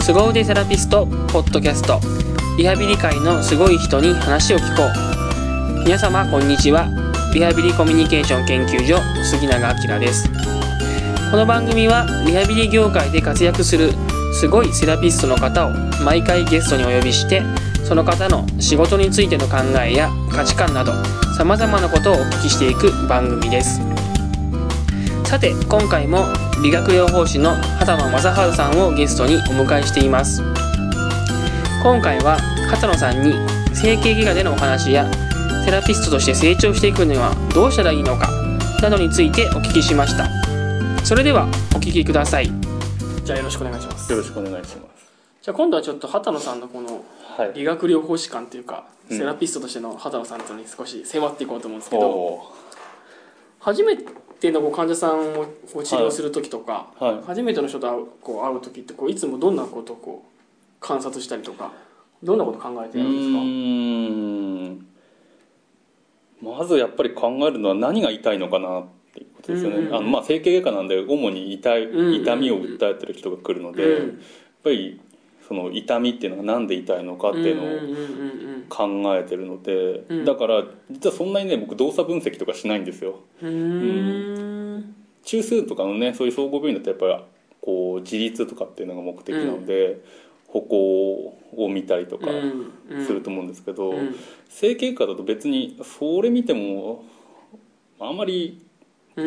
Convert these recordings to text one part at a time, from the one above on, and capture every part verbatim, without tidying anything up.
凄腕セラピストポッドキャスト、リハビリ界のすごい人に話を聞こう。皆様こんにちは。リハビリコミュニケーション研究所杉永明です。この番組はリハビリ業界で活躍するすごいセラピストの方を毎回ゲストにお呼びして、その方の仕事についての考えや価値観などさまざまなことをお聞きしていく番組です。さて今回も理学療法士の畑野正治さんをゲストにお迎えしています。今回は畑野さんに整形外科でのお話やセラピストとして成長していくにはどうしたらいいのかなどについてお聞きしました。それではお聞きください。じゃあよろしくお願いします。 よろしくお願いします。 じゃあ今度はちょっと畑野さんのこの理学療法士観というか、はい、セラピストとしての畑野さんとに少し迫っていこうと思うんですけど、初めての患者さんを治療するときとか、はいはい、初めての人と会う、こう会うときってこういつもどんなことをこう観察したりとか、どんなこと考えてやるんですか？ うーんまずやっぱり考えるのは何が痛いのかなっていうことですよね。うんうんうん、あのまあ整形外科なんで主に痛い、うんうん、痛みを訴えてる人が来るので、うん、やっぱりその痛みっていうのがなんで痛いのかっていうのを考えてるので、うん、だから実はそんなにね僕動作分析とかしないんですよ。うん、うん、中枢とかのねそういう総合病院だとやっぱりこう自立とかっていうのが目的なので、うん、歩行を見たりとかすると思うんですけど、うんうん、整形外科だと別にそれ見てもあんまり、うん、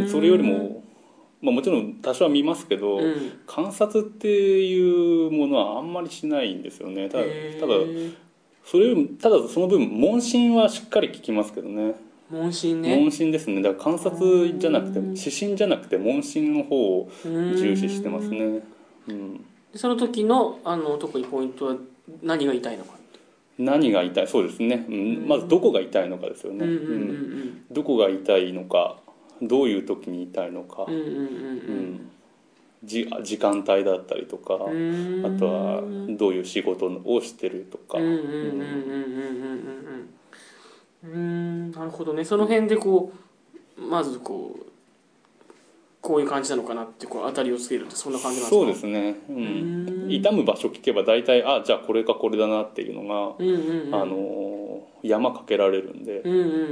それよりもまあ、もちろん多少は見ますけど、うん、観察っていうものはあんまりしないんですよね。ただただそれよりただその分問診はしっかり聞きますけどね。 問診ね。 問診ですね。だから観察じゃなくて視診じゃなくて問診の方を重視してますね。うん、 その時のあの特にポイントは何が痛いのか。 何が痛い、そうですね、うん、まずどこが痛いのかですよね。どこが痛いのか、どういう時に痛いのか、じ時間帯だったりとか、あとはどういう仕事をしてるとか。 なるほどね。その辺でこうまずこうこういう感じなのかなってこう当たりをつけるってそんな感じなんですか？ そうですね、うん、痛む場所聞けば大体あじゃあこれかこれだなっていうのが、うんうんうん、あの山かけられるんで。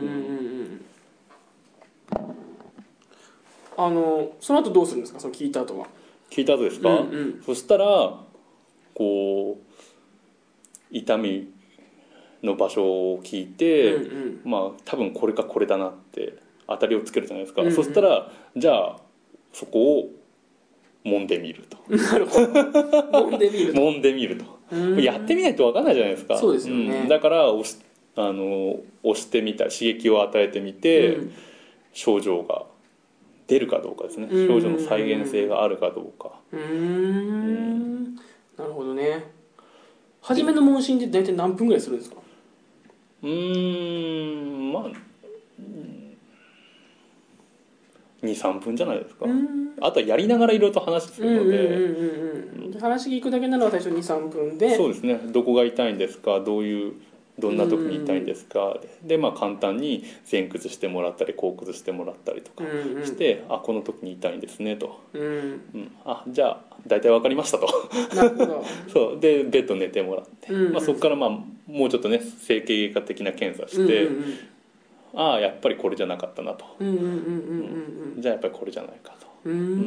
あのその後どうするんですか？その聞いた後は。 聞いた後ですか？うんうん、そしたらこう痛みの場所を聞いて、うんうん、まあ多分これかこれだなって当たりをつけるじゃないですか。うんうん、そしたらじゃあそこを揉んでみると。 なるほど。揉んでみると。 揉んでみると。やってみないと分かんないじゃないですか。 そうですよね。 うん、だから押し、あの押してみた、刺激を与えてみて、うん、症状が出るかどうかですね。症状の再現性があるかどうか。 うーん、うん、なるほどね。初めの問診って大体何分ぐらいするんですか？ うーんまあにさんぷんじゃないですか。あとはやりながらいろいろと話するので、 話聞くだけなのは最初 にさんぷんで、 そうですね。どこが痛いんですか、どういうどんな時に痛いんですか、でまあ簡単に前屈してもらったり後屈してもらったりとかして、うんうん、あこの時に痛いんですねと、うんうん、あじゃあ大体分かりましたと。 なるほど。 そうでベッド寝てもらって、うんうん、まあ、そこからまあもうちょっとね整形外科的な検査して、うんうんうん、ああやっぱりこれじゃなかったなと、じゃあやっぱりこれじゃないかと、うーん、うん、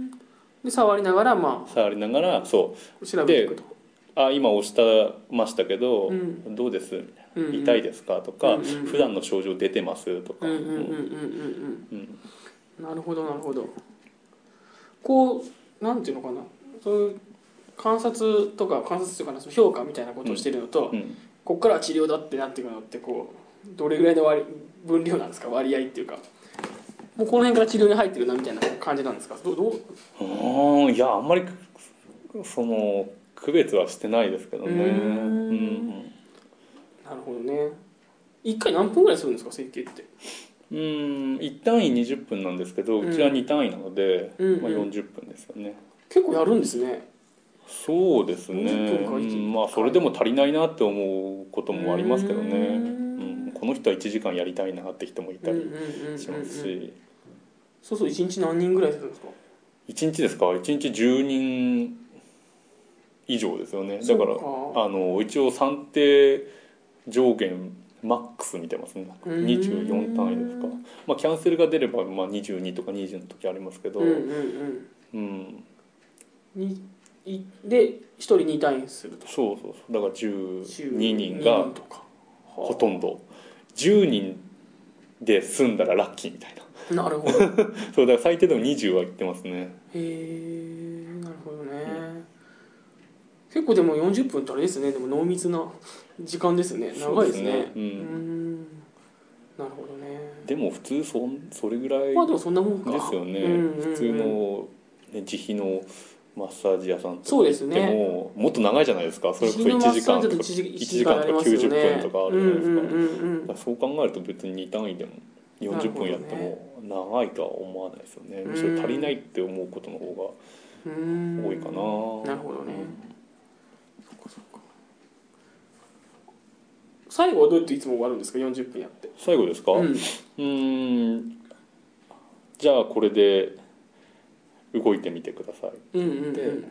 で触りながらまあ触りながらそう調べていくと。 あ今押したましたけど、うん、どうですみたいな、うんうん、痛いですかとか、うんうん、普段の症状出てますとか。なるほどなるほど。こうなんていうのかな、そういう観察とか観察というか評価みたいなことをしているのと、うんうん、ここからは治療だってなっていくのってこうどれぐらいの割分量なんですか？割合っていうかもうこの辺から治療に入ってるなみたいな感じなんですか？どうどうあいやあんまりその区別はしてないですけどね。うん、 なるほどね。いっかい何分ぐらいするんですか整形って？ うんいち単位にじゅっぷんなんですけど、うちはに単位なので、うん、まあ、よんじゅっぷんですよね。 結構やるんですね。 そうですね、うん、まあそれでも足りないなって思うこともありますけどね。うん、この人はいちじかんやりたいなって人もいたりしますし。 そうそういちにち何人ぐらいするんですか？ いちにちですか？いちにちじゅうにん以上ですよね。だからそうかあの一応算定上限マックス見てますね。にじゅうよん単位ですか。まあキャンセルが出ればまあにじゅうにとかにじゅうの時ありますけど、 うんうんうんうんにいでひとりに単位すると。 そうそうそう。だからじゅうににんじゅうがににんとかほとんどじゅうにんで済んだらラッキーみたいな。 なるほど。 そうだから最低でもにじゅうは言ってますね。 へえ、なるほどね、うん、結構でもよんじゅっぷんってあれですね。でも濃密な時間ですね。長いですね。 う、うん、 うんなるほどね。 でも普通 そ, それぐらいまあでもそんなもんかですよね、 うんうんうん、 普通の、ね、自費のマッサージ屋さんとかそうです行っても、 ね、 もっと長いじゃないですか。それこそいちじかんとかいちじかんとかきゅうじゅっぷんとかあるじゃないですか。 うんうんうんうん、 だからそう考えると別にに単位でもよんじゅっぷんやっても長いとは思わないですよね。むしろ足りないって思うことの方が多いかな。 なるほどね、うん、そっかそっか。最後はどうやっていつも終わるんですか？よんじゅっぷんやって最後ですか？うん、うーんじゃあこれで動いてみてください、 うんうんうん、 で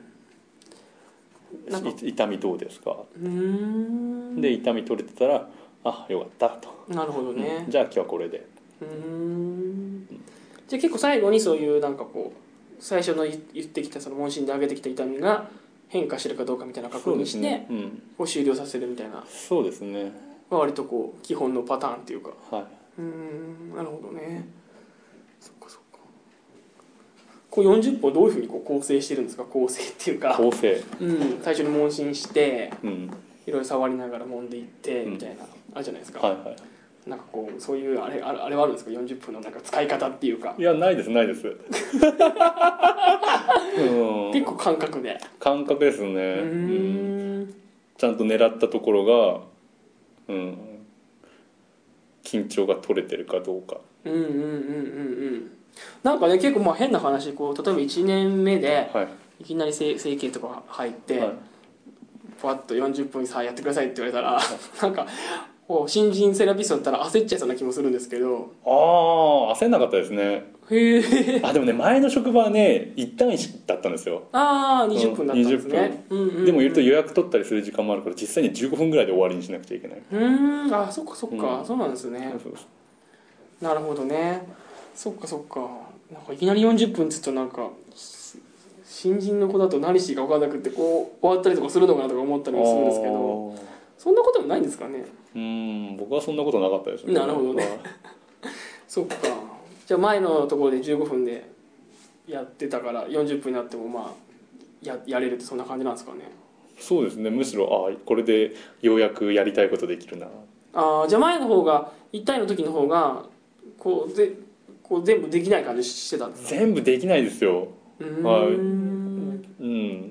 痛みどうですか？ うーんで痛み取れてたらあよかったと。 なるほどね、 うん、じゃあ今日はこれで。 うーんじゃあ結構最後にそういうなんかこう最初の言ってきたその問診で上げてきた痛みが変化してるかどうかみたいな確認して、ねうん、こう終了させるみたいな。 そうですね。 割とこう基本のパターンっていうか。 はい。 うーんなるほどね。そっかそっか。こうよんじゅっぷんをどういうふうにこう構成してるんですか？構成っていうか。 構成。 うん。最初に問診して、 うん、 いろいろ触りながら揉んでいってみたいな、うん、あるじゃないですか。 はいはい。 なんかこうそういうあれあれあれはあるんですか？よんじゅっぷんのなんか使い方っていうか。 いやないですないです。うん、 結構感覚で。 感覚ですね。うん。ちゃんと狙ったところが、うん、緊張が取れてるかどうか。 うんうんうんうんうん。なんかね結構まあ変な話こう例えばいちねんめで、はい、いきなり整形とか入って、はい、パッとよんじゅっぷんさあやってくださいって言われたら、はい、なんかこう新人セラピストだったら焦っちゃいそうな気もするんですけど。 ああ焦んなかったですね。へえ。あでもね前の職場はね一単位だったんですよ。 ああにじゅっぷんだったんですね。 うん、にじゅっぷん、うんうんうん、でも言うと予約取ったりする時間もあるから実際にじゅうごふんぐらいで終わりにしなくちゃいけない。 うんあそっかそっか、うん、そうなんですね。 そうそうなるほどね。そっかそっか。なんかいきなりよんじゅっぷんって言うとなんか新人の子だと何していいか分からなくてこう終わったりとかするのかなとか思ったりもするんですけど、そんなこともないんですかね。 うん僕はそんなことなかったですね。 なるほどね。そっか。じゃあ前のところでじゅうごふんでやってたからよんじゅっぷんになってもまあ や, やれるってそんな感じなんですかね。 そうですね。むしろあこれでようやくやりたいことできるな。 あじゃあ前の方がいち対の時の方がこうでこう全部できない感じしてたんですか？ 全部できないですよ。うん、はい、うん、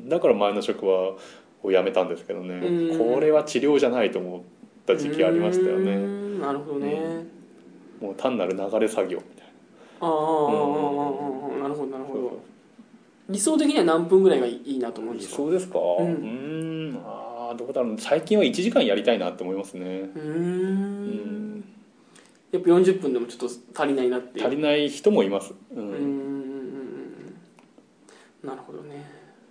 だから前の職場を辞めたんですけどね。これは治療じゃないと思った時期ありましたよね。 なるほどね、 うん、もう単なる流れ作業みたいな。ああ、 うん、なるほどなるほど。理想的には何分ぐらいがいいなと思うんですか？ 理想ですか？うん、うんあどうだろう。最近はいちじかんやりたいなって思いますね。うんうんやっぱよんじゅっぷんでもちょっと足りないなっていう。 足りない人もいます。うん。うんうんうんうんなるほどね。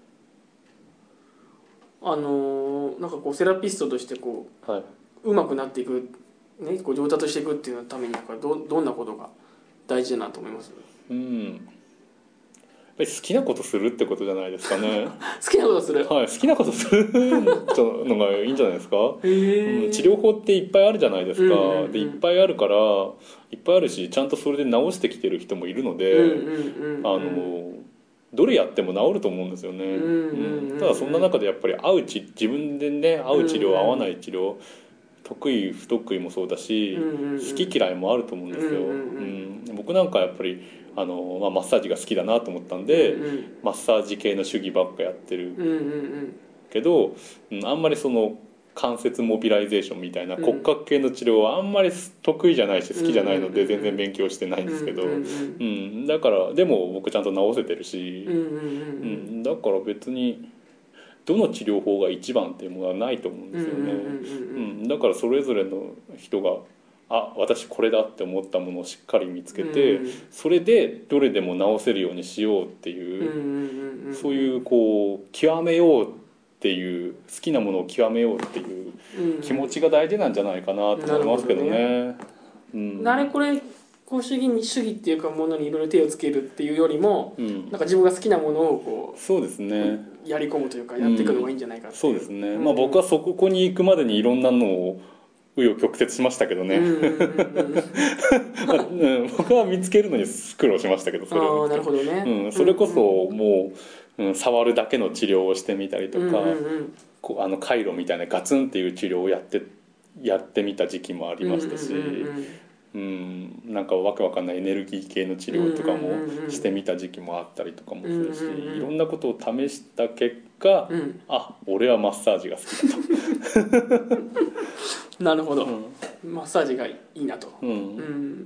あのー、なんかこうセラピストとしてこう、はい、上手くなっていく、ね、こう上達していくっていうためにどどんなことが大事だなと思います？うん。 好きなことするってことじゃないですかね。 好きなことする。 はい、好きなことするのがいいんじゃないですか。うん、治療法っていっぱいあるじゃないですか。うんうんうん、でいっぱいあるからいっぱいあるし、ちゃんとそれで治してきてる人もいるので、うんうんうん、あのどれやっても治ると思うんですよね。うんうんうん、ただそんな中でやっぱり合う治自分でね合う治療、うんうん、合わない治療、得意不得意もそうだし、うんうんうん、好き嫌いもあると思うんですよ。うんうんうん、僕なんかやっぱりあの、まあ、マッサージが好きだなと思ったんで、うんうん、マッサージ系の手技ばっかやってる、うんうんうん、けど、うん、あんまりその関節モビライゼーションみたいな骨格系の治療はあんまり得意じゃないし好きじゃないので全然勉強してないんですけど、うんうんうん、だからでも僕ちゃんと治せてるし、うんうんうんうん、だから別にどの治療法が一番っていうものはないと思うんですよね、うん、だからそれぞれの人があ私これだって思ったものをしっかり見つけて、うん、それでどれでも治せるようにしようっていう、うんうんうんうん、そういうこう極めようっっていう好きなものを極めようっていう気持ちが大事なんじゃないかなと思いますけどね。うん、 あれこれ公主義主義っていうかものにいろいろ手をつけるっていうよりも、うん、なんか自分が好きなものをこうそうですねやり込むというかやっていくのがいいんじゃないかっていう、 うん、そうですね、うん、まあ僕はそこに行くまでにいろんなのを紆余曲折しましたけどね僕は見つけるのに苦労しましたけどそれをあなるほどね、 うん、それこそもう、うん、触るだけの治療をしてみたりとか、うんうんうん、こうあの回路みたいなガツンっていう治療をやってやってみた時期もありましたし、うんうんうんうん、なんかわけわかんないエネルギー系の治療とかもしてみた時期もあったりとかもするし、うんうんうん、いろんなことを試した結果、うん、あ俺はマッサージが好きだとなるほど、うん、マッサージがいいなと、うんうん、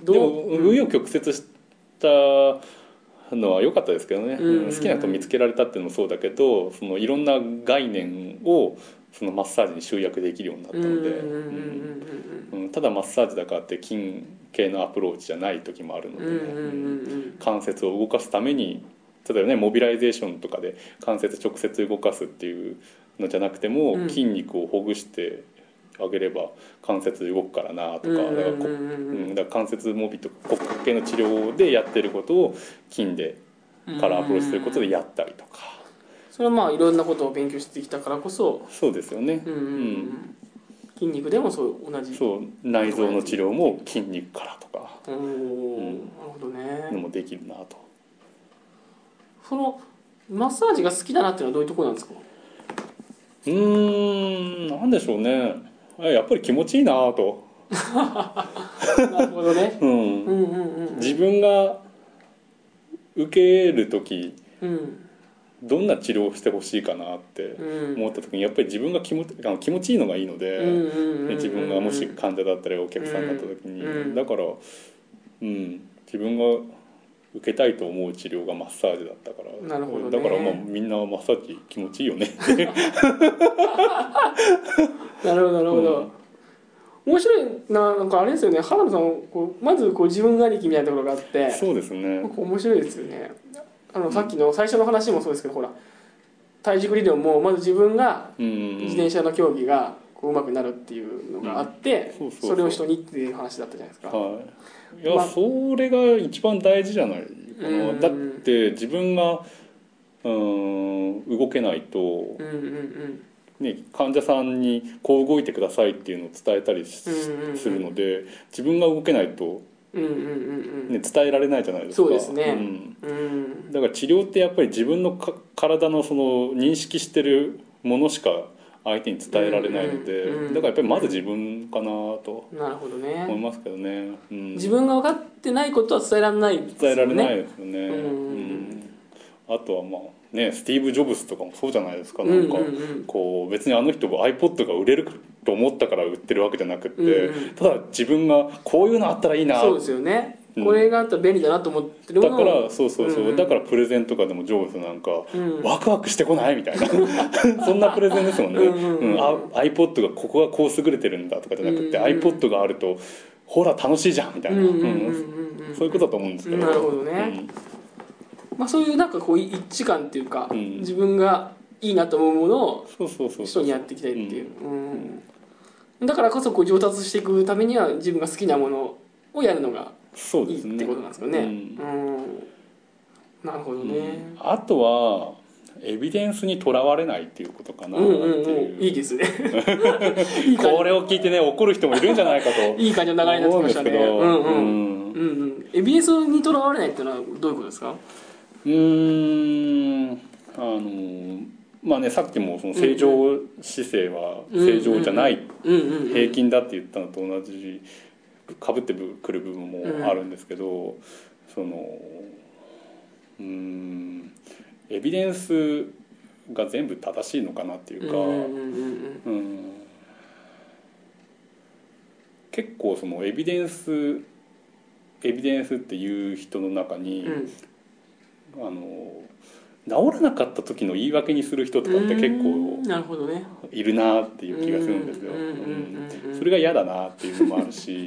でも紆余曲折したのは良かったですけどね、うんうんうん、好きな人見つけられたっていうのもそうだけどそのいろんな概念をそのマッサージに集約できるようになったのでただマッサージだからって筋系のアプローチじゃない時もあるので、ねうんうんうん、関節を動かすために例えばねモビライゼーションとかで関節直接動かすっていうのじゃなくても、うん、筋肉をほぐしてあげれば関節動くからなとか、だからこ、うん、だから関節モビと骨格系の治療でやってることを筋でからアプローチすることでやったりとか。 それはまあいろんなことを勉強してきたからこそそうですよね、うんうんうん、 筋肉でもそう同じそう内臓の治療も筋肉からとかお、うん、なるほどねのもできるなと。 そのマッサージが好きだなっていうのはどういうところなんですか？ うーんなんでしょうねやっぱり気持ちいいなとなるほどね、うんうんうんうん、 自分が受ける時、うんどんな治療をしてほしいかなって思った時にやっぱり自分が気持ち、あの気持ちいいのがいいので、自分がもし患者だったりお客さんだった時に、うん、だから、うん、自分が受けたいと思う治療がマッサージだったから、 なるほどね、 だからまあみんなマッサージ気持ちいいよねなるほどなるほど、うん、面白いな。なんかあれですよね原野さんこうまずこう自分ありきみたいなところがあってそうですね面白いですよね。あのさっきの最初の話もそうですけど、ほら体軸理論もまず自分が自転車の競技がこう上手くなるっていうのがあって、それを人にっていう話だったじゃないですか、 はい、いや、まあ、それが一番大事じゃないかな。だって自分がうん動けないと、うんうんうんね、患者さんにこう動いてくださいっていうのを伝えたりするので、自分が動けないとうんうんうんうんね、伝えられないじゃないですか。 そうですね、 うんうん、だから治療ってやっぱり自分のか体のその認識してるものしか相手に伝えられないので、うんうんうん、だからやっぱりまず自分かなと思いますけどね、うん、 自分が分かってないことは伝えられないですよね。 伝えられないですよね、うんうん、あとはまあね、スティーブ・ジョブズとかもそうじゃないですか。なんかこう別にあの人が iPod が売れると思ったから売ってるわけじゃなくって、うんうん、ただ自分がこういうのあったらいいな、 そうですよね、うん、これがあったら便利だなと思ってるものだからそうそうそう、うん、だからプレゼンとかでもジョブズなんか、うん、ワクワクしてこないみたいなそんなプレゼンですもんね。うんうんうんうん、あ iPod がここがこう優れてるんだとかじゃなくて、うんうん、iPod があるとほら楽しいじゃんみたいな、そういうことだと思うんですけど。 なるほどね、うんまあ、そういうなんかこう一致感っていうか、うん、自分がいいなと思うものを人にやっていきたいっていう、うん、だからこそこう上達していくためには自分が好きなものをやるのがいいってことなんですかね。うんうん、なるほどね、 うん、あとはエビデンスにとらわれないっていうことかなっていう、うんうんうん、 いいですねこれを聞いてね怒る人もいるんじゃないかといい感じの流れになってきましたね。うんうんうんうん、エビデンスにとらわれないっていうのはどういうことですか？ うーんあのまあね、さっきもその正常姿勢は正常じゃない平均だって言ったのと同じかぶってくる部分もあるんですけど、そのうーんエビデンスが全部正しいのかなっていうか、うん結構そのエビデンスエビデンスっていう人の中に、うん、あの治らなかった時の言い訳にする人とかって結構いるなっていう気がするんですよ。それが嫌だなっていうのもあるし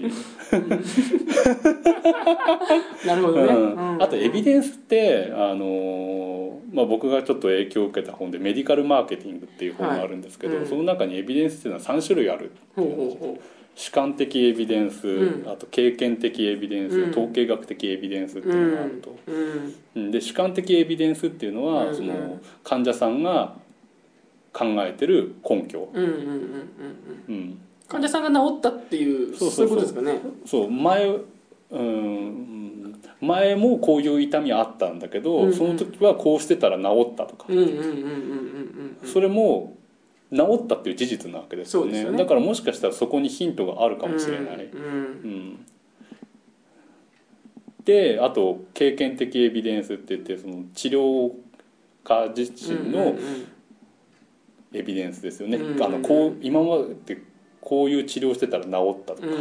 なるほどね、 うん、あとエビデンスってあのまあ、僕がちょっと影響を受けた本でメディカルマーケティングっていう本があるんですけど、 はいうん、 その中にエビデンスっていうのはさん種類あるっていう話。 ほうほうほう。 主観的エビデンス、うん、あと経験的エビデンス、うん、統計学的エビデンスっていうのがあると、うん、で主観的エビデンスっていうのは、うん、その患者さんが考えてる根拠、 患者さんが治ったっていうそういうことですかね。 そう前、うん、前もこういう痛みあったんだけど、うんうん、その時はこうしてたら治ったとか、それも治ったっていう事実なわけですよ ね, よね。だからもしかしたらそこにヒントがあるかもしれない、うんうん、であと経験的エビデンスって言ってその治療家自身のエビデンスですよね、うんうん、あのこう今までこういう治療してたら治ったとか、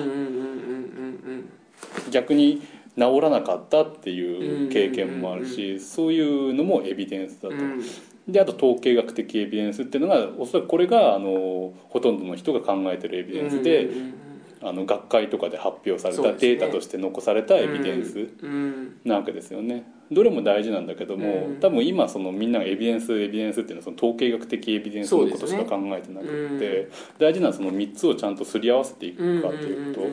逆に治らなかったっていう経験もあるし、そういうのもエビデンスだと、うんであと統計学的エビデンスっていうのがおそらくこれがあのほとんどの人が考えてるエビデンスで、うんうんうん、あの学会とかで発表されたデータとして残されたエビデンスなわけですよね。どれも大事なんだけども、うん、多分今そのみんながエビデンスエビデンスっていうのはその統計学的エビデンスのことしか考えてなくて、ねうん、大事なそのみっつをちゃんとすり合わせていくかということ、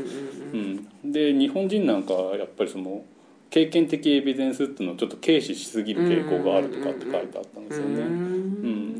で日本人なんかはやっぱりその経験的エビデンスっていうのをちょっと軽視しすぎる傾向があるとかって書いてあったんですよね。うん、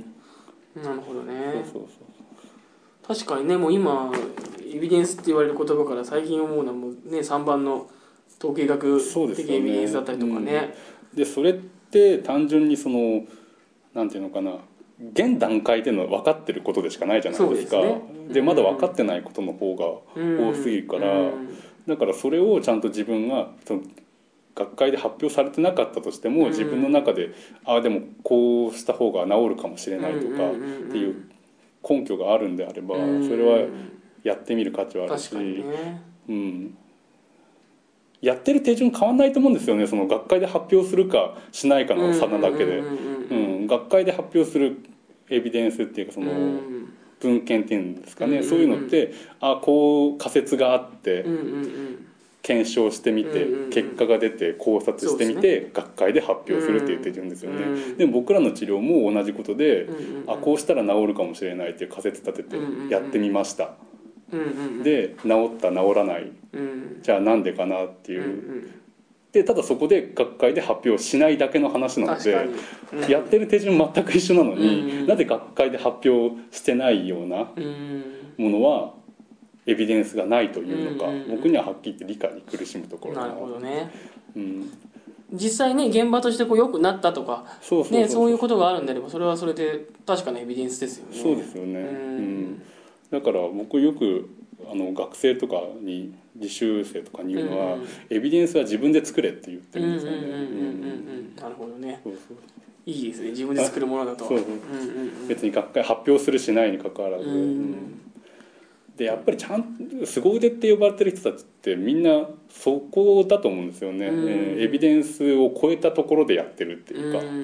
なるほどね。 そうそうそう確かにね、もう今エビデンスって言われる言葉から最近思うのはもう、ね、さんばんの統計学的エビデンスだったりとかね。 で、ねうん、でそれって単純にそのなんていうのかな現段階での分かってることでしかないじゃないですか。で、ねでまだ分かってないことの方が多すぎるから、うんうん、だからそれをちゃんと自分がその学会で発表されてなかったとしても自分の中で、うん、ああでもこうした方が治るかもしれないとかっていう根拠があるんであれば、それはやってみる価値はあるし、ねうん、やってる手順変わんないと思うんですよね。その学会で発表するかしないかの差なだけで、学会で発表するエビデンスっていうかその文献っていうんですかね、うんうんうん、そういうのってあこう仮説があって、うんうんうん検証してみて、うんうん、結果が出て考察してみて、ね、学会で発表するっていう手順ですよね、うん、でも僕らの治療も同じことで、うんうん、あこうしたら治るかもしれないっていう仮説立ててやってみました、うんうん、で治った治らない、うん、じゃあなんでかなっていう、うんうん、でただそこで学会で発表しないだけの話なので、うん、やってる手順全く一緒なのに、うんうん、なぜ学会で発表してないようなものはエビデンスがないというのか、うんうんうん、僕にははっきり言って理解に苦しむところだな。 なるほどね、うん、実際ね現場としてこう良くなったとかそういうことがあるんであればそれはそれで確かなエビデンスですよね。 そうですよね、うんうん、だから僕よくあの学生とかに実習生とかに言うのは、うんうん、エビデンスは自分で作れって言ってるんですよね。 なるほどね。そうそういいですね自分で作るものだと。そうそう、うんうんうん、 別に学会発表するしないに関わらず、うんうんでやっぱりちゃん凄腕って呼ばれてる人たちってみんなそこだと思うんですよね、うんえー、エビデンスを超えたところでやってるっていうか、うんうんうん、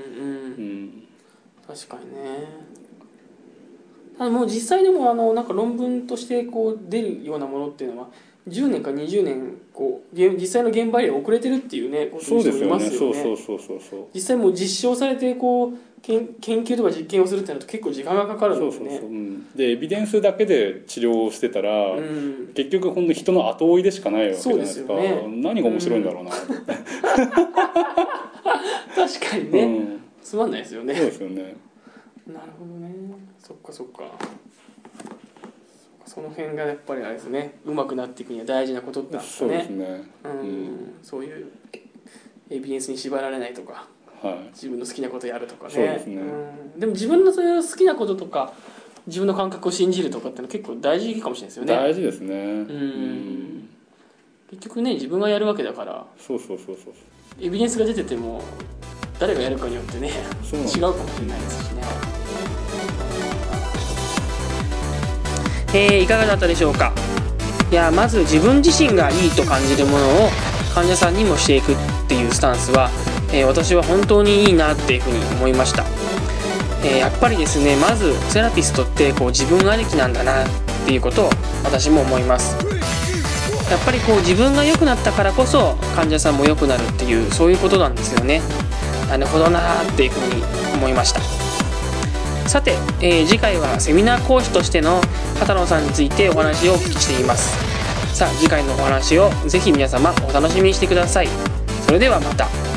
確かにね。ただもう実際でもあのなんか論文としてこう出るようなものっていうのはじゅうねんかにじゅうねんこう実際の現場より遅れてるっていうねことにしていますよね。そうですよね。そうそうそうそうそう。実際もう実証されてこう研, 研究とか実験をするってなると結構時間がかかるんですね。そうそうそう、うん、でエビデンスだけで治療をしてたら、うん、結局ほんの人の後追いでしかないわけじゃないですか。そうですよね。何が面白いんだろうな、うん、確かにね、うん、つまんないですよね。そうですよね。なるほどね。そっかそっか。その辺がやっぱりあれですね、上手くなっていくには大事なことなんですね。そうですね、うんうん、そういうエビデンスに縛られないとか、はい、自分の好きなことやるとかね。そうですね、うん、でも自分のそういう好きなこととか自分の感覚を信じるとかってのは結構大事かもしれないですよね。大事ですね、うん、うん、結局ね自分がやるわけだから。そうそうそうそう。エビデンスが出てても誰がやるかによってね違うかもしれないですしね。えー、いかがだったでしょうか。いやまず自分自身がいいと感じるものを患者さんにもしていくっていうスタンスは、えー、私は本当にいいなっていうふうに思いました。えー、やっぱりですねまずセラピストってこう自分ありきなんだなっていうことを私も思います。やっぱりこう自分が良くなったからこそ患者さんも良くなるっていうそういうことなんですよね。 なるほどなっていうふうに思いました。さて、えー、次回はセミナー講師としての畑野さんについてお話をお聞きしています。さあ次回のお話をぜひ皆様お楽しみにしてください。それではまた。